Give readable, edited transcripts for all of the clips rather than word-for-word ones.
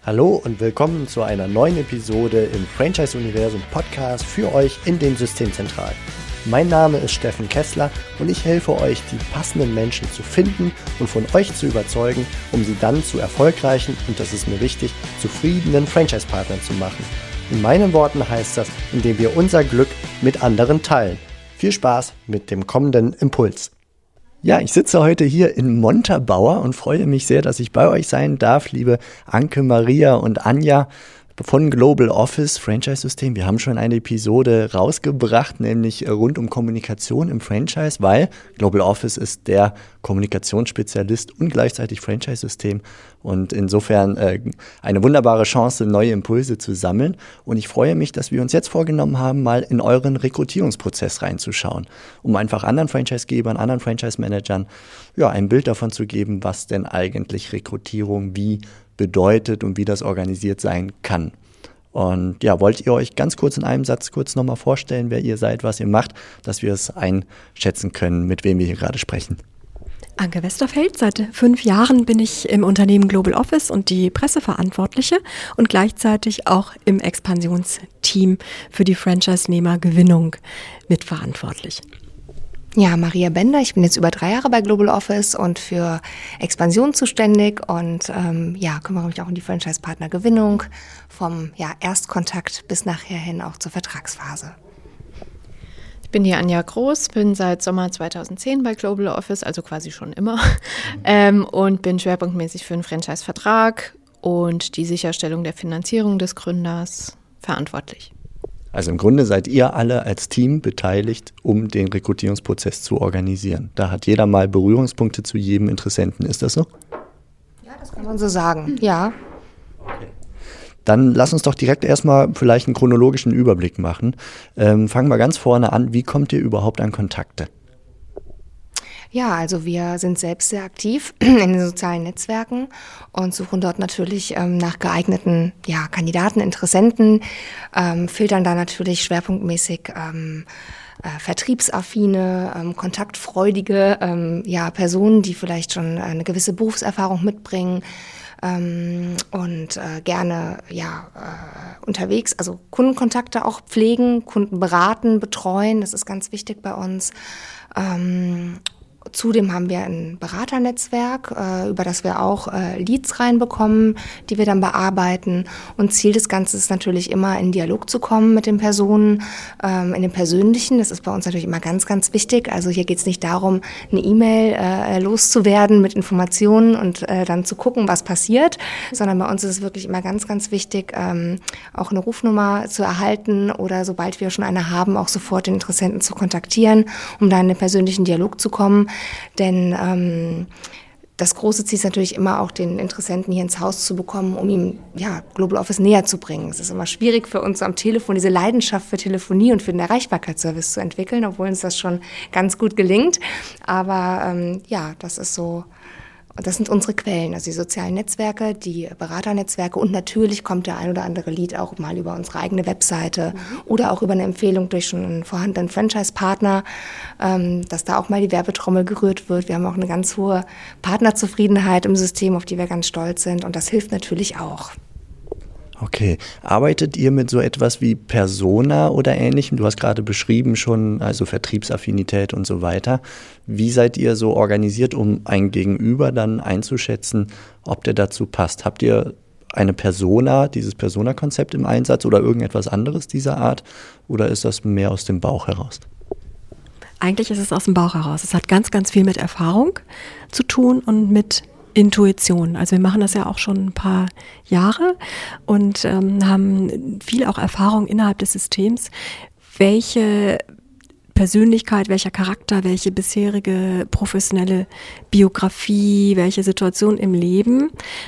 Hallo und willkommen zu einer neuen Episode im Franchise-Universum Podcast für euch in den Systemzentralen. Mein Name ist Steffen Kessler und ich helfe euch, die passenden Menschen zu finden und von euch zu überzeugen, um sie dann zu erfolgreichen und, das ist mir wichtig, zufriedenen Franchise-Partnern zu machen. In meinen Worten heißt das, indem wir unser Glück mit anderen teilen. Viel Spaß mit dem kommenden Impuls. Ja, ich sitze heute hier in Montabaur und freue mich sehr, dass ich bei euch sein darf, liebe Anke, Maria und Anja von Global Office Franchise-System. Wir haben schon eine Episode rausgebracht, nämlich rund um Kommunikation im Franchise, weil Global Office ist der Kommunikationsspezialist und gleichzeitig Franchise-System und insofern eine wunderbare Chance, neue Impulse zu sammeln. Und ich freue mich, dass wir uns jetzt vorgenommen haben, mal in euren Rekrutierungsprozess reinzuschauen, um einfach anderen Franchise-Gebern, anderen Franchise-Managern ein Bild davon zu geben, was denn eigentlich Rekrutierung wie bedeutet und wie das organisiert sein kann. Und ja, wollt ihr euch ganz kurz in einem Satz kurz nochmal vorstellen, wer ihr seid, was ihr macht, dass wir es einschätzen können, mit wem wir hier gerade sprechen? Anke Westerfeld, seit 5 Jahren bin ich im Unternehmen Global Office und die Presseverantwortliche und gleichzeitig auch im Expansionsteam für die Franchise-Nehmergewinnung mitverantwortlich. Ja, Maria Bender, ich bin jetzt über 3 Jahre bei Global Office und für Expansion zuständig und kümmere mich auch um die Franchise-Partner-Gewinnung vom Erstkontakt bis nachher hin auch zur Vertragsphase. Ich bin die Anja Groß, bin seit Sommer 2010 bei Global Office, also quasi schon immer, und bin schwerpunktmäßig für den Franchise-Vertrag und die Sicherstellung der Finanzierung des Gründers verantwortlich. Also im Grunde seid ihr alle als Team beteiligt, um den Rekrutierungsprozess zu organisieren. Da hat jeder mal Berührungspunkte zu jedem Interessenten. Ist das so? Ja, das kann man so sagen, ja. Okay. Dann lass uns doch direkt erstmal vielleicht einen chronologischen Überblick machen. Fangen wir ganz vorne an. Wie kommt ihr überhaupt an Kontakte? Ja, also wir sind selbst sehr aktiv in den sozialen Netzwerken und suchen dort natürlich nach geeigneten Kandidaten, Interessenten, filtern da natürlich schwerpunktmäßig vertriebsaffine, kontaktfreudige Personen, die vielleicht schon eine gewisse Berufserfahrung mitbringen und gerne unterwegs, also Kundenkontakte auch pflegen, Kunden beraten, betreuen, das ist ganz wichtig bei uns. Zudem haben wir ein Beraternetzwerk, über das wir auch Leads reinbekommen, die wir dann bearbeiten. Und Ziel des Ganzen ist natürlich immer, in Dialog zu kommen mit den Personen, in dem Persönlichen. Das ist bei uns natürlich immer ganz, ganz wichtig. Also hier geht es nicht darum, eine E-Mail loszuwerden mit Informationen und dann zu gucken, was passiert, sondern bei uns ist es wirklich immer ganz, ganz wichtig, auch eine Rufnummer zu erhalten oder sobald wir schon eine haben, auch sofort den Interessenten zu kontaktieren, um dann in den persönlichen Dialog zu kommen. Denn das große Ziel ist natürlich immer auch, den Interessenten hier ins Haus zu bekommen, um ihm Global Office näher zu bringen. Es ist immer schwierig für uns am Telefon, diese Leidenschaft für Telefonie und für den Erreichbarkeitsservice zu entwickeln, obwohl uns das schon ganz gut gelingt. Aber das ist so. Und das sind unsere Quellen, also die sozialen Netzwerke, die Beraternetzwerke und natürlich kommt der ein oder andere Lead auch mal über unsere eigene Webseite oder auch über eine Empfehlung durch schon einen vorhandenen Franchise-Partner, dass da auch mal die Werbetrommel gerührt wird. Wir haben auch eine ganz hohe Partnerzufriedenheit im System, auf die wir ganz stolz sind und das hilft natürlich auch. Okay. Arbeitet ihr mit so etwas wie Persona oder Ähnlichem? Du hast gerade beschrieben schon, also Vertriebsaffinität und so weiter. Wie seid ihr so organisiert, um ein Gegenüber dann einzuschätzen, ob der dazu passt? Habt ihr eine Persona, dieses Persona-Konzept im Einsatz oder irgendetwas anderes dieser Art? Oder ist das mehr aus dem Bauch heraus? Eigentlich ist es aus dem Bauch heraus. Es hat ganz, ganz viel mit Erfahrung zu tun und mit Intuition. Also wir machen das ja auch schon ein paar Jahre und haben viel auch Erfahrung innerhalb des Systems, welche Persönlichkeit, welcher Charakter, welche bisherige professionelle Biografie, welche Situation im Leben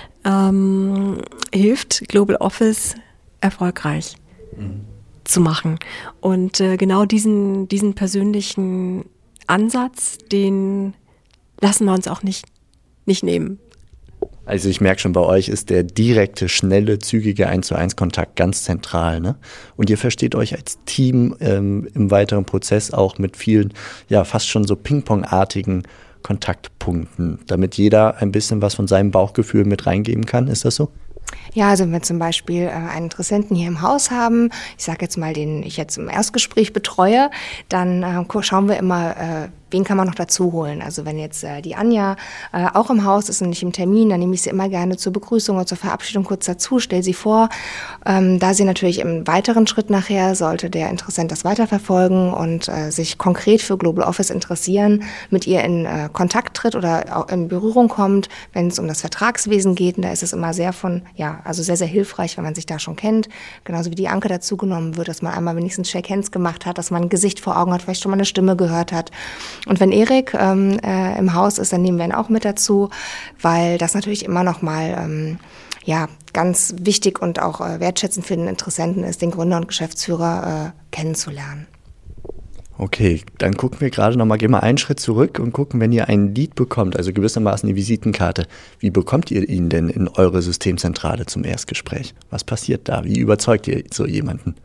hilft Global Office erfolgreich zu machen. Und genau diesen persönlichen Ansatz, den lassen wir uns auch nicht nehmen. Also ich merke schon, bei euch ist der direkte, schnelle, zügige 1:1-Kontakt ganz zentral, ne? Und ihr versteht euch als Team im weiteren Prozess auch mit vielen, fast schon so Ping-Pong-artigen Kontaktpunkten, damit jeder ein bisschen was von seinem Bauchgefühl mit reingeben kann. Ist das so? Ja, also wenn wir zum Beispiel einen Interessenten hier im Haus haben, ich sage jetzt mal, den ich jetzt im Erstgespräch betreue, dann schauen wir immer, wen kann man noch dazu holen. Also wenn jetzt die Anja auch im Haus ist und nicht im Termin, dann nehme ich sie immer gerne zur Begrüßung oder zur Verabschiedung kurz dazu, stelle sie vor. Da sie natürlich im weiteren Schritt nachher, sollte der Interessent das weiterverfolgen und sich konkret für Global Office interessieren, mit ihr in Kontakt tritt oder auch in Berührung kommt, wenn es um das Vertragswesen geht. Und da ist es immer sehr sehr, sehr hilfreich, wenn man sich da schon kennt. Genauso wie die Anke dazugenommen wird, dass man einmal wenigstens Shake Hands gemacht hat, dass man ein Gesicht vor Augen hat, vielleicht schon mal eine Stimme gehört hat. Und wenn Erik im Haus ist, dann nehmen wir ihn auch mit dazu, weil das natürlich immer noch mal ganz wichtig und auch wertschätzend für den Interessenten ist, den Gründer und Geschäftsführer kennenzulernen. Okay, dann gucken wir gerade nochmal, gehen wir einen Schritt zurück und gucken, wenn ihr ein Lead bekommt, also gewissermaßen die Visitenkarte, wie bekommt ihr ihn denn in eure Systemzentrale zum Erstgespräch? Was passiert da? Wie überzeugt ihr so jemanden?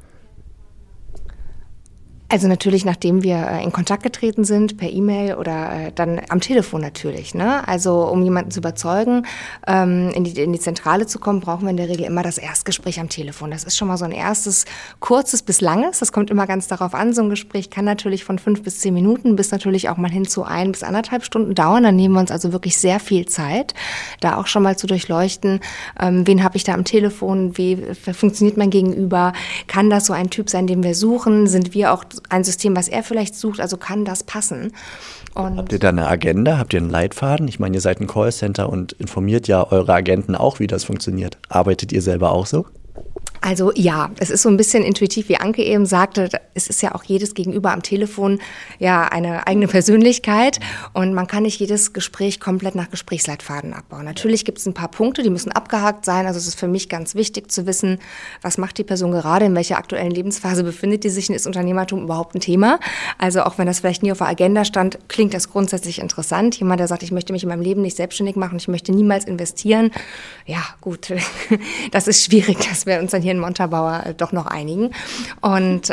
Also natürlich, nachdem wir in Kontakt getreten sind, per E-Mail oder dann am Telefon natürlich, ne? Also um jemanden zu überzeugen, in die Zentrale zu kommen, brauchen wir in der Regel immer das Erstgespräch am Telefon. Das ist schon mal so ein erstes, kurzes bis langes. Das kommt immer ganz darauf an. So ein Gespräch kann natürlich von 5 bis 10 Minuten bis natürlich auch mal hin zu 1 bis 1,5 Stunden dauern. Dann nehmen wir uns also wirklich sehr viel Zeit, da auch schon mal zu durchleuchten, wen habe ich da am Telefon, wie funktioniert mein Gegenüber, kann das so ein Typ sein, den wir suchen, sind wir auch ein System, was er vielleicht sucht, also kann das passen. Und habt ihr da eine Agenda? Habt ihr einen Leitfaden? Ich meine, ihr seid ein Callcenter und informiert ja eure Agenten auch, wie das funktioniert. Arbeitet ihr selber auch so? Also ja, es ist so ein bisschen intuitiv, wie Anke eben sagte, es ist ja auch jedes Gegenüber am Telefon ja eine eigene Persönlichkeit und man kann nicht jedes Gespräch komplett nach Gesprächsleitfaden abbauen. Natürlich gibt es ein paar Punkte, die müssen abgehakt sein, also es ist für mich ganz wichtig zu wissen, was macht die Person gerade, in welcher aktuellen Lebensphase befindet die sich und ist Unternehmertum überhaupt ein Thema? Also auch wenn das vielleicht nie auf der Agenda stand, klingt das grundsätzlich interessant. Jemand, der sagt, ich möchte mich in meinem Leben nicht selbstständig machen, ich möchte niemals investieren, ja gut, das ist schwierig, dass wir uns dann hier in Montabaur doch noch einigen. Und und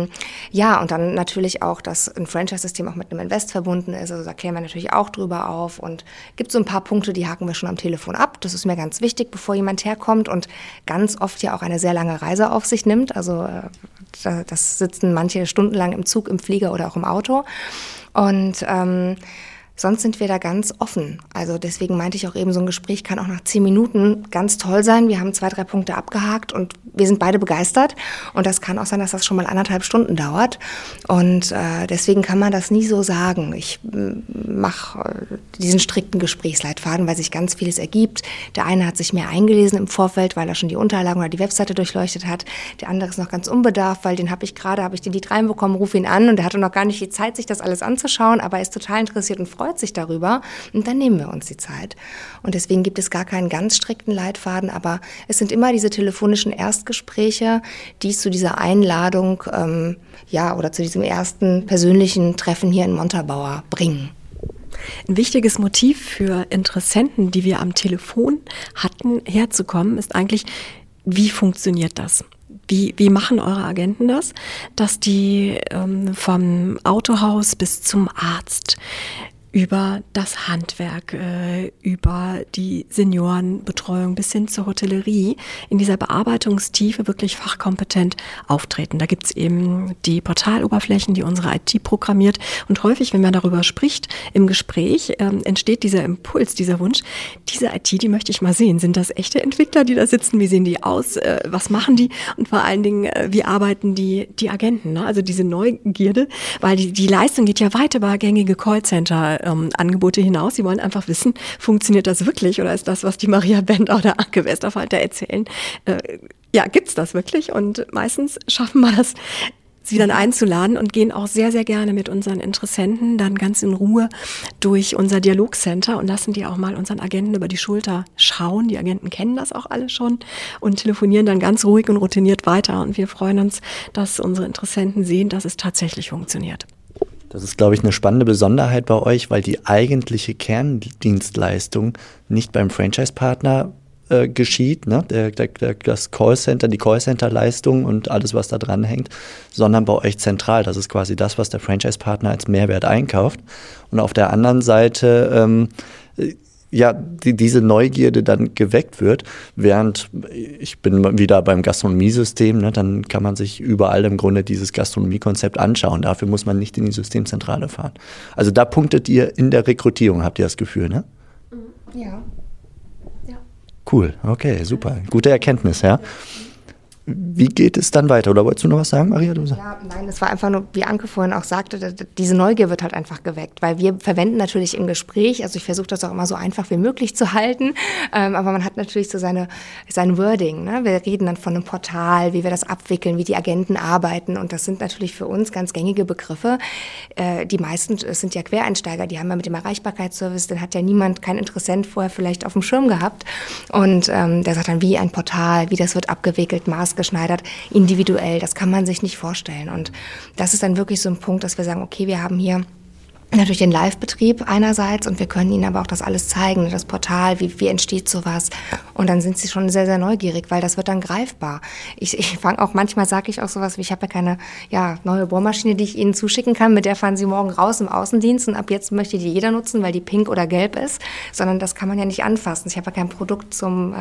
dann natürlich auch, dass ein Franchise-System auch mit einem Invest verbunden ist. Also da klären wir natürlich auch drüber auf und gibt so ein paar Punkte, die haken wir schon am Telefon ab. Das ist mir ganz wichtig, bevor jemand herkommt und ganz oft ja auch eine sehr lange Reise auf sich nimmt. Also das sitzen manche stundenlang im Zug, im Flieger oder auch im Auto. Und sonst sind wir da ganz offen. Also deswegen meinte ich auch eben, so ein Gespräch kann auch nach 10 Minuten ganz toll sein. Wir haben 2, 3 Punkte abgehakt und wir sind beide begeistert. Und das kann auch sein, dass das schon mal 1,5 Stunden dauert. Und deswegen kann man das nie so sagen. Ich mache diesen strikten Gesprächsleitfaden, weil sich ganz vieles ergibt. Der eine hat sich mehr eingelesen im Vorfeld, weil er schon die Unterlagen oder die Webseite durchleuchtet hat. Der andere ist noch ganz unbedarft, weil habe ich den Lied reinbekommen, rufe ihn an und der hatte noch gar nicht die Zeit, sich das alles anzuschauen, aber er ist total interessiert und freut sich darüber und dann nehmen wir uns die Zeit. Und deswegen gibt es gar keinen ganz strikten Leitfaden, aber es sind immer diese telefonischen Erstgespräche, die zu dieser Einladung oder zu diesem ersten persönlichen Treffen hier in Montabaur bringen. Ein wichtiges Motiv für Interessenten, die wir am Telefon hatten, herzukommen, ist eigentlich, wie funktioniert das? Wie machen eure Agenten das, dass die vom Autohaus bis zum Arzt über das Handwerk, über die Seniorenbetreuung bis hin zur Hotellerie in dieser Bearbeitungstiefe wirklich fachkompetent auftreten. Da gibt's eben die Portaloberflächen, die unsere IT programmiert. Und häufig, wenn man darüber spricht, im Gespräch entsteht dieser Impuls, dieser Wunsch, diese IT, die möchte ich mal sehen. Sind das echte Entwickler, die da sitzen? Wie sehen die aus? Was machen die? Und vor allen Dingen, wie arbeiten die Agenten? Ne? Also diese Neugierde, weil die Leistung geht ja weit über gängige Callcenter Angebote hinaus. Sie wollen einfach wissen, funktioniert das wirklich oder ist das, was die Maria Bender oder Anke Westerfalter erzählen, gibt's das wirklich? Und meistens schaffen wir das, sie dann einzuladen und gehen auch sehr, sehr gerne mit unseren Interessenten dann ganz in Ruhe durch unser Dialogcenter und lassen die auch mal unseren Agenten über die Schulter schauen. Die Agenten kennen das auch alle schon und telefonieren dann ganz ruhig und routiniert weiter. Und wir freuen uns, dass unsere Interessenten sehen, dass es tatsächlich funktioniert. Das ist, glaube ich, eine spannende Besonderheit bei euch, weil die eigentliche Kerndienstleistung nicht beim Franchise-Partner geschieht, ne? Das Callcenter, die Callcenter-Leistung und alles, was da dran hängt, sondern bei euch zentral. Das ist quasi das, was der Franchise-Partner als Mehrwert einkauft. Und auf der anderen Seite diese Neugierde dann geweckt wird, während ich bin wieder beim Gastronomiesystem, ne, dann kann man sich überall im Grunde dieses Gastronomiekonzept anschauen. Dafür muss man nicht in die Systemzentrale fahren. Also da punktet ihr in der Rekrutierung, habt ihr das Gefühl, ne? Ja. Cool, okay, super. Gute Erkenntnis, ja. Wie geht es dann weiter? Oder wolltest du noch was sagen, Maria? Nein, es war einfach nur, wie Anke vorhin auch sagte, diese Neugier wird halt einfach geweckt, weil wir verwenden natürlich im Gespräch, also ich versuche das auch immer so einfach wie möglich zu halten, aber man hat natürlich so sein Wording, ne? Wir reden dann von einem Portal, wie wir das abwickeln, wie die Agenten arbeiten und das sind natürlich für uns ganz gängige Begriffe. Die meisten sind ja Quereinsteiger, die haben ja mit dem Erreichbarkeitsservice, den hat ja kein Interessent vorher vielleicht auf dem Schirm gehabt und der sagt dann, wie ein Portal, wie das wird abgewickelt, maßgeschneidert, individuell, das kann man sich nicht vorstellen. Und das ist dann wirklich so ein Punkt, dass wir sagen, okay, wir haben hier natürlich den Live-Betrieb einerseits und wir können Ihnen aber auch das alles zeigen, das Portal, wie entsteht sowas. Und dann sind Sie schon sehr, sehr neugierig, weil das wird dann greifbar. Ich fange auch, manchmal sage ich auch sowas wie, ich habe ja keine neue Bohrmaschine, die ich Ihnen zuschicken kann, mit der fahren Sie morgen raus im Außendienst und ab jetzt möchte die jeder nutzen, weil die pink oder gelb ist, sondern das kann man ja nicht anfassen. Ich habe ja kein Produkt zum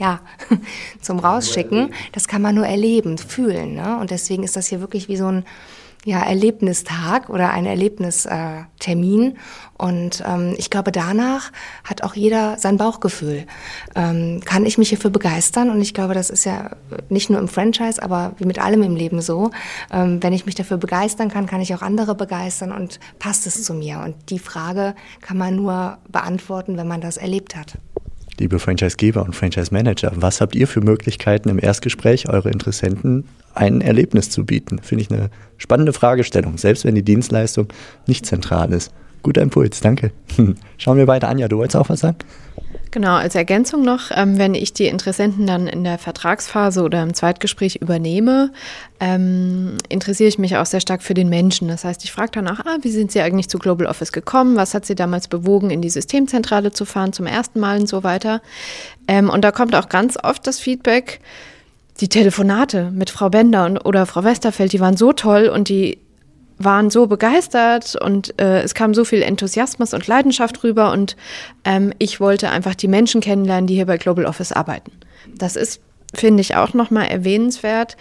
Rausschicken, das kann man nur erleben, fühlen. Ne? Und deswegen ist das hier wirklich wie so ein Erlebnistag oder ein Erlebnistermin. Und ich glaube, danach hat auch jeder sein Bauchgefühl. Kann ich mich hierfür begeistern? Und ich glaube, das ist ja nicht nur im Franchise, aber wie mit allem im Leben so. Wenn ich mich dafür begeistern kann, kann ich auch andere begeistern und passt es zu mir? Und die Frage kann man nur beantworten, wenn man das erlebt hat. Liebe Franchisegeber und Franchise-Manager, was habt ihr für Möglichkeiten im Erstgespräch, eure Interessenten ein Erlebnis zu bieten? Finde ich eine spannende Fragestellung, selbst wenn die Dienstleistung nicht zentral ist. Guter Impuls, danke. Schauen wir weiter. Anja, du wolltest auch was sagen? Genau, als Ergänzung noch, wenn ich die Interessenten dann in der Vertragsphase oder im Zweitgespräch übernehme, interessiere ich mich auch sehr stark für den Menschen. Das heißt, ich frage danach, wie sind Sie eigentlich zu Global Office gekommen? Was hat Sie damals bewogen, in die Systemzentrale zu fahren, zum ersten Mal und so weiter? Und da kommt auch ganz oft das Feedback, die Telefonate mit Frau Bender oder Frau Westerfeld, die waren so toll und die waren so begeistert und es kam so viel Enthusiasmus und Leidenschaft rüber und ich wollte einfach die Menschen kennenlernen, die hier bei Global Office arbeiten. Das ist, finde ich, auch nochmal erwähnenswert,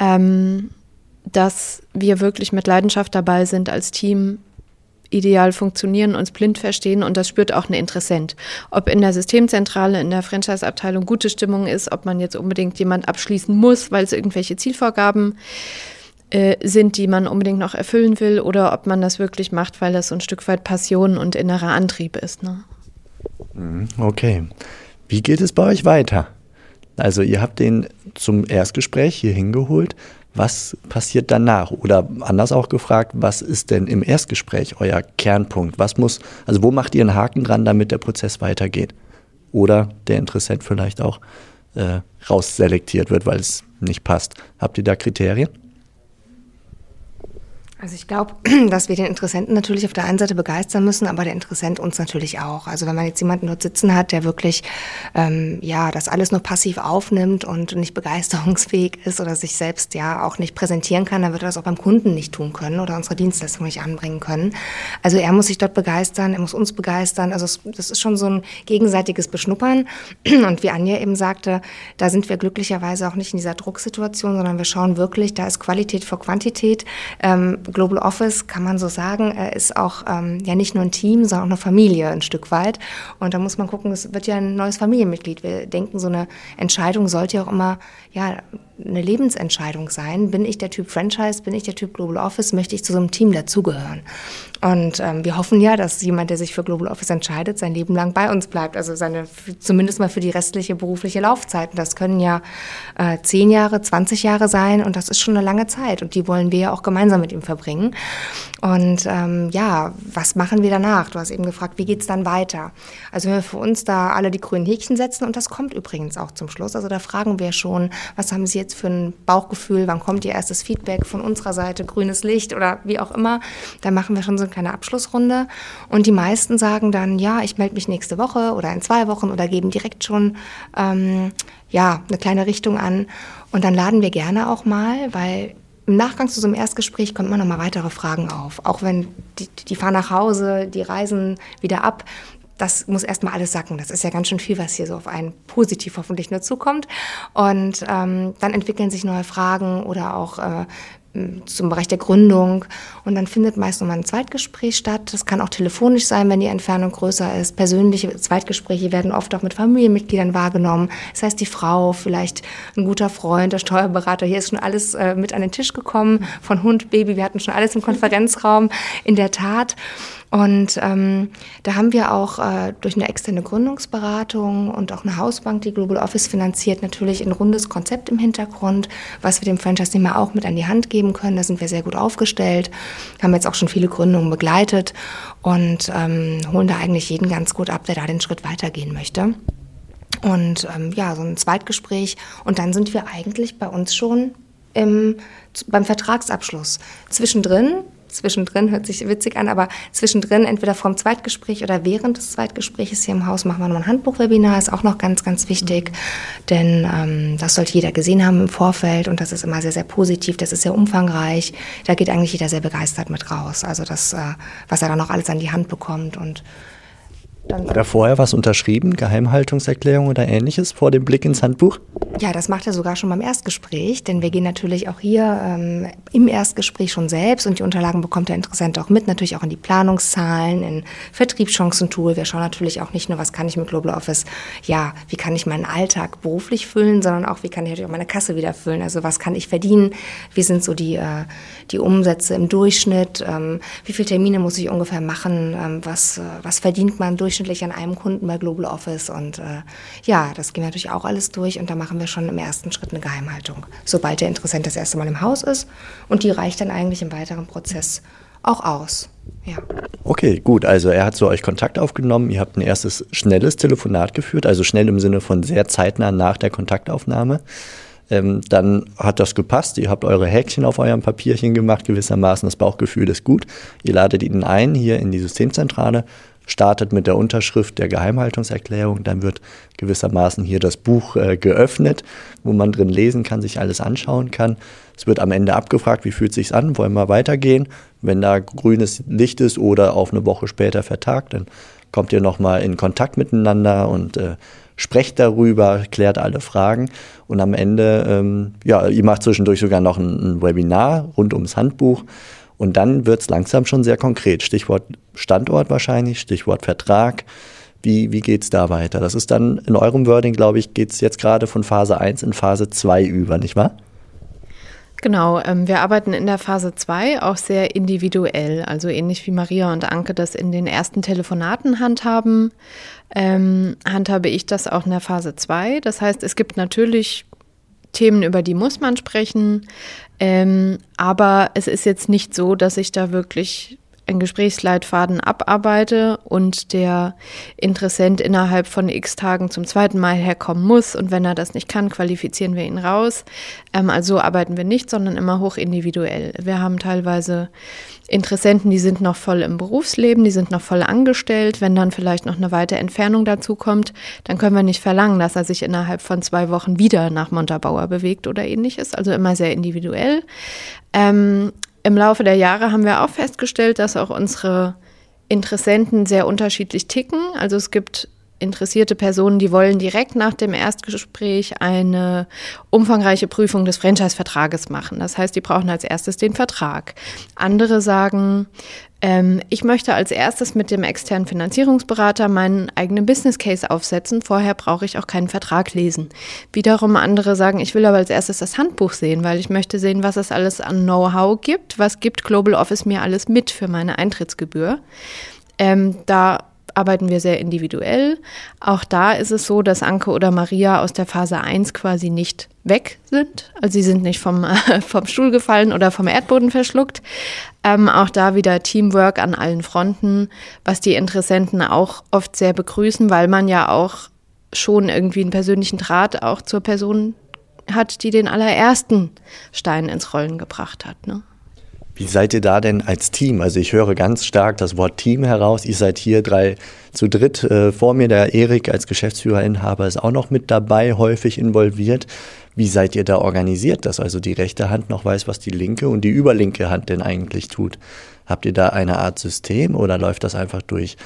dass wir wirklich mit Leidenschaft dabei sind als Team, ideal funktionieren, uns blind verstehen und das spürt auch ein Interessent. Ob in der Systemzentrale, in der Franchise-Abteilung gute Stimmung ist, ob man jetzt unbedingt jemand abschließen muss, weil es irgendwelche Zielvorgaben sind, die man unbedingt noch erfüllen will oder ob man das wirklich macht, weil das so ein Stück weit Passion und innerer Antrieb ist. Ne? Okay. Wie geht es bei euch weiter? Also ihr habt den zum Erstgespräch hier hingeholt. Was passiert danach? Oder anders auch gefragt, was ist denn im Erstgespräch euer Kernpunkt? Wo macht ihr einen Haken dran, damit der Prozess weitergeht? Oder der Interessent vielleicht auch rausselektiert wird, weil es nicht passt. Habt ihr da Kriterien? Also ich glaube, dass wir den Interessenten natürlich auf der einen Seite begeistern müssen, aber der Interessent uns natürlich auch. Also wenn man jetzt jemanden dort sitzen hat, der wirklich das alles nur passiv aufnimmt und nicht begeisterungsfähig ist oder sich selbst auch nicht präsentieren kann, dann wird er das auch beim Kunden nicht tun können oder unsere Dienstleistung nicht anbringen können. Also er muss sich dort begeistern, er muss uns begeistern. Also das ist schon so ein gegenseitiges Beschnuppern. Und wie Anja eben sagte, da sind wir glücklicherweise auch nicht in dieser Drucksituation, sondern wir schauen wirklich, da ist Qualität vor Quantität. Global Office, kann man so sagen, ist auch nicht nur ein Team, sondern auch eine Familie ein Stück weit. Und da muss man gucken, es wird ja ein neues Familienmitglied. Wir denken, so eine Entscheidung sollte ja auch immer eine Lebensentscheidung sein. Bin ich der Typ Franchise, bin ich der Typ Global Office, möchte ich zu so einem Team dazugehören? Und wir hoffen ja, dass jemand, der sich für Global Office entscheidet, sein Leben lang bei uns bleibt. Also zumindest mal für die restliche berufliche Laufzeit. Und das können ja 10 Jahre, 20 Jahre sein und das ist schon eine lange Zeit. Und die wollen wir ja auch gemeinsam mit ihm verbringen. Und was machen wir danach? Du hast eben gefragt, wie geht's dann weiter? Also wenn wir für uns da alle die grünen Häkchen setzen, und das kommt übrigens auch zum Schluss, also da fragen wir schon, was haben Sie jetzt für ein Bauchgefühl, wann kommt Ihr erstes Feedback von unserer Seite, grünes Licht oder wie auch immer, da machen wir schon so eine kleine Abschlussrunde und die meisten sagen dann, ich melde mich nächste Woche oder in 2 Wochen oder geben direkt schon eine kleine Richtung an und dann laden wir gerne auch mal, weil im Nachgang zu so einem Erstgespräch kommen immer noch mal weitere Fragen auf. Auch wenn die fahren nach Hause, die reisen wieder ab. das muss erstmal alles sacken. Das ist ja ganz schön viel, was hier so auf einen positiv hoffentlich nur zukommt. Und dann entwickeln sich neue Fragen oder auch zum Bereich der Gründung. Und dann findet meist nochmal ein Zweitgespräch statt. Das kann auch telefonisch sein, wenn die Entfernung größer ist. Persönliche Zweitgespräche werden oft auch mit Familienmitgliedern wahrgenommen. Das heißt, die Frau, vielleicht ein guter Freund, der Steuerberater, hier ist schon alles mit an den Tisch gekommen. Von Hund, Baby, wir hatten schon alles im Konferenzraum, in der Tat. Und da haben wir auch durch eine externe Gründungsberatung und auch eine Hausbank, die Global Office finanziert, natürlich ein rundes Konzept im Hintergrund, was wir dem Franchise-Nehmer auch mit an die Hand geben können. Da sind wir sehr gut aufgestellt, haben jetzt auch schon viele Gründungen begleitet und holen da eigentlich jeden ganz gut ab, der da den Schritt weitergehen möchte. Und so ein Zweitgespräch und dann sind wir eigentlich bei uns schon beim Vertragsabschluss. Zwischendrin hört sich witzig an, aber zwischendrin, entweder vorm Zweitgespräch oder während des Zweitgesprächs hier im Haus, machen wir noch ein Handbuchwebinar, ist auch noch ganz, ganz wichtig, denn das sollte jeder gesehen haben im Vorfeld und das ist immer sehr, sehr positiv, das ist sehr umfangreich, da geht eigentlich jeder sehr begeistert mit raus, also das, was er dann noch alles an die Hand bekommt und Hat er vorher was unterschrieben, Geheimhaltungserklärung oder Ähnliches vor dem Blick ins Handbuch? Ja, das macht er sogar schon beim Erstgespräch, denn wir gehen natürlich auch hier im Erstgespräch schon selbst und die Unterlagen bekommt der Interessent auch mit, natürlich auch in die Planungszahlen, in Vertriebschancentool. Wir schauen natürlich auch nicht nur, was kann ich mit Global Office, wie kann ich meinen Alltag beruflich füllen, sondern auch, wie kann ich natürlich auch meine Kasse wieder füllen, also was kann ich verdienen, wie sind so die Umsätze im Durchschnitt, wie viele Termine muss ich ungefähr machen, was verdient man durchschnittlich an einem Kunden bei Global Office und das gehen wir natürlich auch alles durch und da machen wir schon im ersten Schritt eine Geheimhaltung, sobald der Interessent das erste Mal im Haus ist und die reicht dann eigentlich im weiteren Prozess auch aus. Ja. Okay, gut, also er hat zu euch Kontakt aufgenommen, ihr habt ein erstes schnelles Telefonat geführt, also schnell im Sinne von sehr zeitnah nach der Kontaktaufnahme. Dann hat das gepasst, ihr habt eure Häkchen auf eurem Papierchen gemacht, gewissermaßen, das Bauchgefühl ist gut. Ihr ladet ihn ein hier in die Systemzentrale, startet mit der Unterschrift der Geheimhaltungserklärung, dann wird gewissermaßen hier das Buch geöffnet, wo man drin lesen kann, sich alles anschauen kann. Es wird am Ende abgefragt, wie fühlt es sich an, wollen wir weitergehen? Wenn da grünes Licht ist oder auf eine Woche später vertagt, dann kommt ihr nochmal in Kontakt miteinander und sprecht darüber, klärt alle Fragen und am Ende, ihr macht zwischendurch sogar noch ein Webinar rund ums Handbuch und dann wird es langsam schon sehr konkret. Stichwort Standort wahrscheinlich, Stichwort Vertrag. Wie geht's da weiter? Das ist dann in eurem Wording, glaube ich, geht's jetzt gerade von Phase 1 in Phase 2 über, nicht wahr? Genau, wir arbeiten in der Phase 2 auch sehr individuell, also ähnlich wie Maria und Anke das in den ersten Telefonaten handhaben, handhabe ich das auch in der Phase 2. Das heißt, es gibt natürlich Themen, über die muss man sprechen, aber es ist jetzt nicht so, dass ich da wirklich einen Gesprächsleitfaden abarbeite und der Interessent innerhalb von x Tagen zum zweiten Mal herkommen muss und wenn er das nicht kann, qualifizieren wir ihn raus. Also arbeiten wir nicht, sondern immer hoch individuell. Wir haben teilweise Interessenten, die sind noch voll im Berufsleben, die sind noch voll angestellt. Wenn dann vielleicht noch eine weite Entfernung dazu kommt, dann können wir nicht verlangen, dass er sich innerhalb von 2 Wochen wieder nach Montabaur bewegt oder ähnliches. Also immer sehr individuell. Im Laufe der Jahre haben wir auch festgestellt, dass auch unsere Interessenten sehr unterschiedlich ticken. Also es gibt interessierte Personen, die wollen direkt nach dem Erstgespräch eine umfangreiche Prüfung des Franchise-Vertrages machen. Das heißt, die brauchen als erstes den Vertrag. Andere sagen, ich möchte als erstes mit dem externen Finanzierungsberater meinen eigenen Business Case aufsetzen. Vorher brauche ich auch keinen Vertrag lesen. Wiederum andere sagen, ich will aber als erstes das Handbuch sehen, weil ich möchte sehen, was es alles an Know-how gibt. Was gibt Global Office mir alles mit für meine Eintrittsgebühr? Da arbeiten wir sehr individuell. Auch da ist es so, dass Anke oder Maria aus der Phase 1 quasi nicht weg sind. Also sie sind nicht vom Stuhl gefallen oder vom Erdboden verschluckt. Auch da wieder Teamwork an allen Fronten, was die Interessenten auch oft sehr begrüßen, weil man ja auch schon irgendwie einen persönlichen Draht auch zur Person hat, die den allerersten Stein ins Rollen gebracht hat, ne? Wie seid ihr da denn als Team? Also ich höre ganz stark das Wort Team heraus. Ihr seid hier 3 zu dritt. Vor mir der Erik als Geschäftsführer-Inhaber ist auch noch mit dabei, häufig involviert. Wie seid ihr da organisiert, dass also die rechte Hand noch weiß, was die linke und die überlinke Hand denn eigentlich tut? Habt ihr da eine Art System oder läuft das einfach durch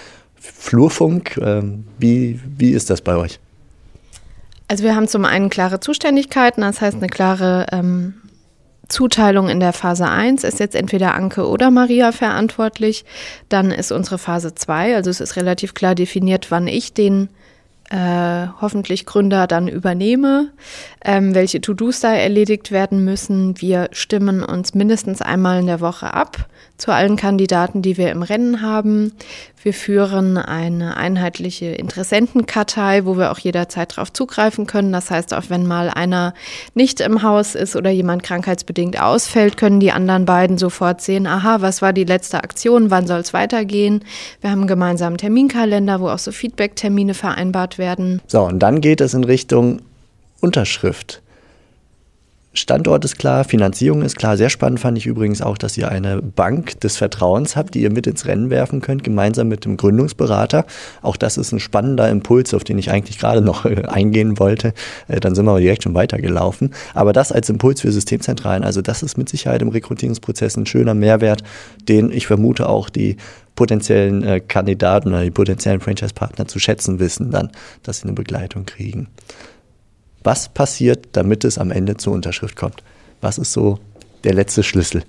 Flurfunk? Wie ist das bei euch? Also wir haben zum einen klare Zuständigkeiten, das heißt eine klare Zuteilung in der Phase 1 ist jetzt entweder Anke oder Maria verantwortlich. Dann ist unsere Phase 2, also es ist relativ klar definiert, wann ich den hoffentlich Gründer dann übernehme, welche To-Dos da erledigt werden müssen. Wir stimmen uns mindestens einmal in der Woche ab zu allen Kandidaten, die wir im Rennen haben. Wir führen eine einheitliche Interessentenkartei, wo wir auch jederzeit darauf zugreifen können. Das heißt, auch wenn mal einer nicht im Haus ist oder jemand krankheitsbedingt ausfällt, können die anderen beiden sofort sehen, aha, was war die letzte Aktion, wann soll es weitergehen. Wir haben einen gemeinsamen Terminkalender, wo auch so Feedback-Termine vereinbart werden. So, und dann geht es in Richtung Unterschrift. Standort ist klar, Finanzierung ist klar. Sehr spannend fand ich übrigens auch, dass ihr eine Bank des Vertrauens habt, die ihr mit ins Rennen werfen könnt, gemeinsam mit dem Gründungsberater. Auch das ist ein spannender Impuls, auf den ich eigentlich gerade noch eingehen wollte. Dann sind wir aber direkt schon weitergelaufen. Aber das als Impuls für Systemzentralen, also das ist mit Sicherheit im Rekrutierungsprozess ein schöner Mehrwert, den ich vermute auch die potenziellen Kandidaten oder die potenziellen Franchise-Partner zu schätzen wissen dann, dass sie eine Begleitung kriegen. Was passiert, damit es am Ende zur Unterschrift kommt? Was ist so der letzte Schlüssel?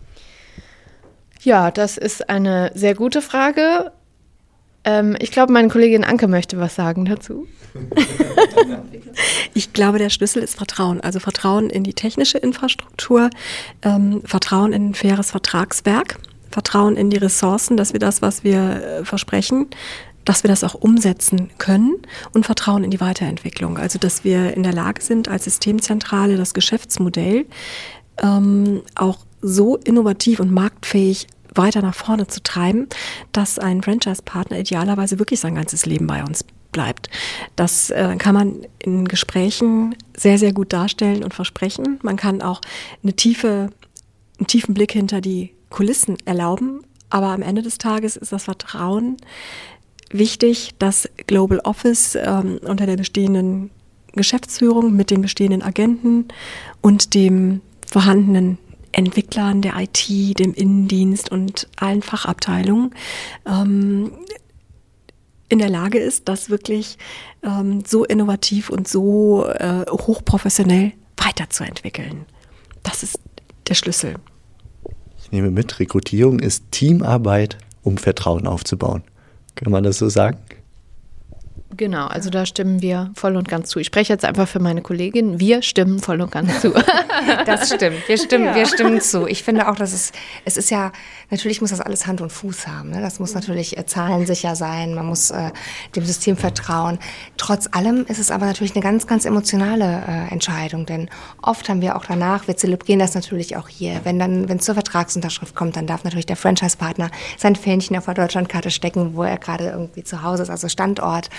Ja, das ist eine sehr gute Frage. Ich glaube, meine Kollegin Anke möchte was sagen dazu. Ich glaube, der Schlüssel ist Vertrauen. Also Vertrauen in die technische Infrastruktur, Vertrauen in ein faires Vertragswerk, Vertrauen in die Ressourcen, dass wir das, was wir versprechen, dass wir das auch umsetzen können und Vertrauen in die Weiterentwicklung. Also dass wir in der Lage sind, als Systemzentrale das Geschäftsmodell auch so innovativ und marktfähig weiter nach vorne zu treiben, dass ein Franchise-Partner idealerweise wirklich sein ganzes Leben bei uns bleibt. Das kann man in Gesprächen sehr, sehr gut darstellen und versprechen. Man kann auch einen tiefen Blick hinter die Kulissen erlauben, aber am Ende des Tages ist das Vertrauen wichtig, dass Global Office unter der bestehenden Geschäftsführung mit den bestehenden Agenten und dem vorhandenen Entwicklern der IT, dem Innendienst und allen Fachabteilungen in der Lage ist, das wirklich so innovativ und so hochprofessionell weiterzuentwickeln. Das ist der Schlüssel. Ich nehme mit, Rekrutierung ist Teamarbeit, um Vertrauen aufzubauen. Kann man das so sagen? Genau, also da stimmen wir voll und ganz zu. Ich spreche jetzt einfach für meine Kollegin. Wir stimmen voll und ganz zu. Das stimmt. Wir stimmen zu. Ich finde auch, dass es ist ja, natürlich muss das alles Hand und Fuß haben. Ne? Das muss natürlich zahlensicher sein. Man muss dem System vertrauen. Trotz allem ist es aber natürlich eine ganz, ganz emotionale Entscheidung. Denn oft haben wir auch danach, wir zelebrieren das natürlich auch hier. Wenn es zur Vertragsunterschrift kommt, dann darf natürlich der Franchise-Partner sein Fähnchen auf der Deutschlandkarte stecken, wo er gerade irgendwie zu Hause ist, also Standort.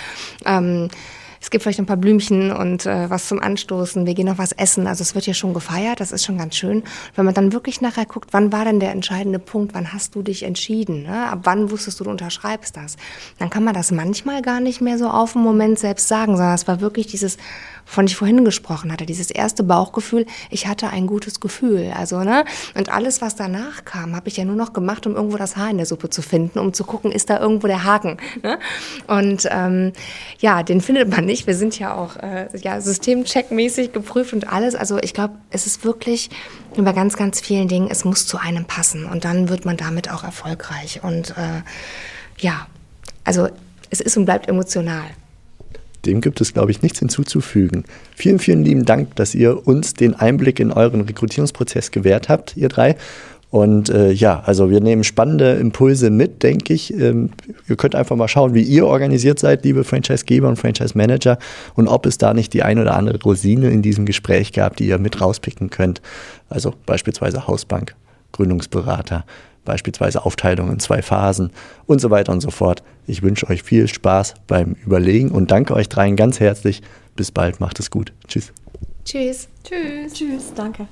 Es gibt vielleicht ein paar Blümchen und was zum Anstoßen. Wir gehen noch was essen. Also es wird hier schon gefeiert. Das ist schon ganz schön. Wenn man dann wirklich nachher guckt, wann war denn der entscheidende Punkt? Wann hast du dich entschieden? Ne? Ab wann wusstest du unterschreibst das? Dann kann man das manchmal gar nicht mehr so auf den Moment selbst sagen, sondern es war wirklich dieses, von ich vorhin gesprochen hatte, dieses erste Bauchgefühl. Ich hatte ein gutes Gefühl. Also, ne? Und alles, was danach kam, habe ich ja nur noch gemacht, um irgendwo das Haar in der Suppe zu finden, um zu gucken, ist da irgendwo der Haken? Ne? Und ja, den findet man nicht. Wir sind ja auch systemcheckmäßig geprüft und alles. Also ich glaube, es ist wirklich über ganz, ganz vielen Dingen, es muss zu einem passen. Und dann wird man damit auch erfolgreich. Und ja, also es ist und bleibt emotional. Dem gibt es, glaube ich, nichts hinzuzufügen. Vielen, vielen lieben Dank, dass ihr uns den Einblick in euren Rekrutierungsprozess gewährt habt, ihr drei. Und also wir nehmen spannende Impulse mit, denke ich. Ihr könnt einfach mal schauen, wie ihr organisiert seid, liebe Franchisegeber und Franchise-Manager, und ob es da nicht die ein oder andere Rosine in diesem Gespräch gab, die ihr mit rauspicken könnt. Also beispielsweise Hausbank, Gründungsberater, beispielsweise Aufteilung in 2 Phasen und so weiter und so fort. Ich wünsche euch viel Spaß beim Überlegen und danke euch dreien ganz herzlich. Bis bald, macht es gut. Tschüss. Tschüss. Tschüss. Tschüss, danke.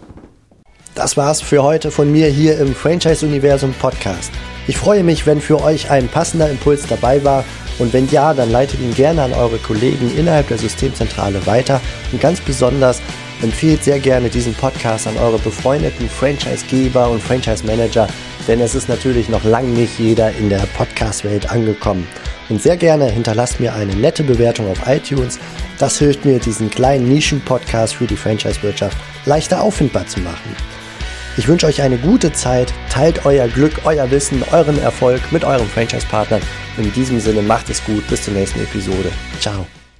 Das war's für heute von mir hier im Franchise-Universum Podcast. Ich freue mich, wenn für euch ein passender Impuls dabei war, und wenn ja, dann leitet ihn gerne an eure Kollegen innerhalb der Systemzentrale weiter, und ganz besonders empfehlt sehr gerne diesen Podcast an eure befreundeten Franchise-Geber und Franchise-Manager, denn es ist natürlich noch lange nicht jeder in der Podcast-Welt angekommen. Und sehr gerne hinterlasst mir eine nette Bewertung auf iTunes. Das hilft mir, diesen kleinen Nischen-Podcast für die Franchise-Wirtschaft leichter auffindbar zu machen. Ich wünsche euch eine gute Zeit, teilt euer Glück, euer Wissen, euren Erfolg mit euren Franchise-Partnern. In diesem Sinne macht es gut, bis zur nächsten Episode. Ciao.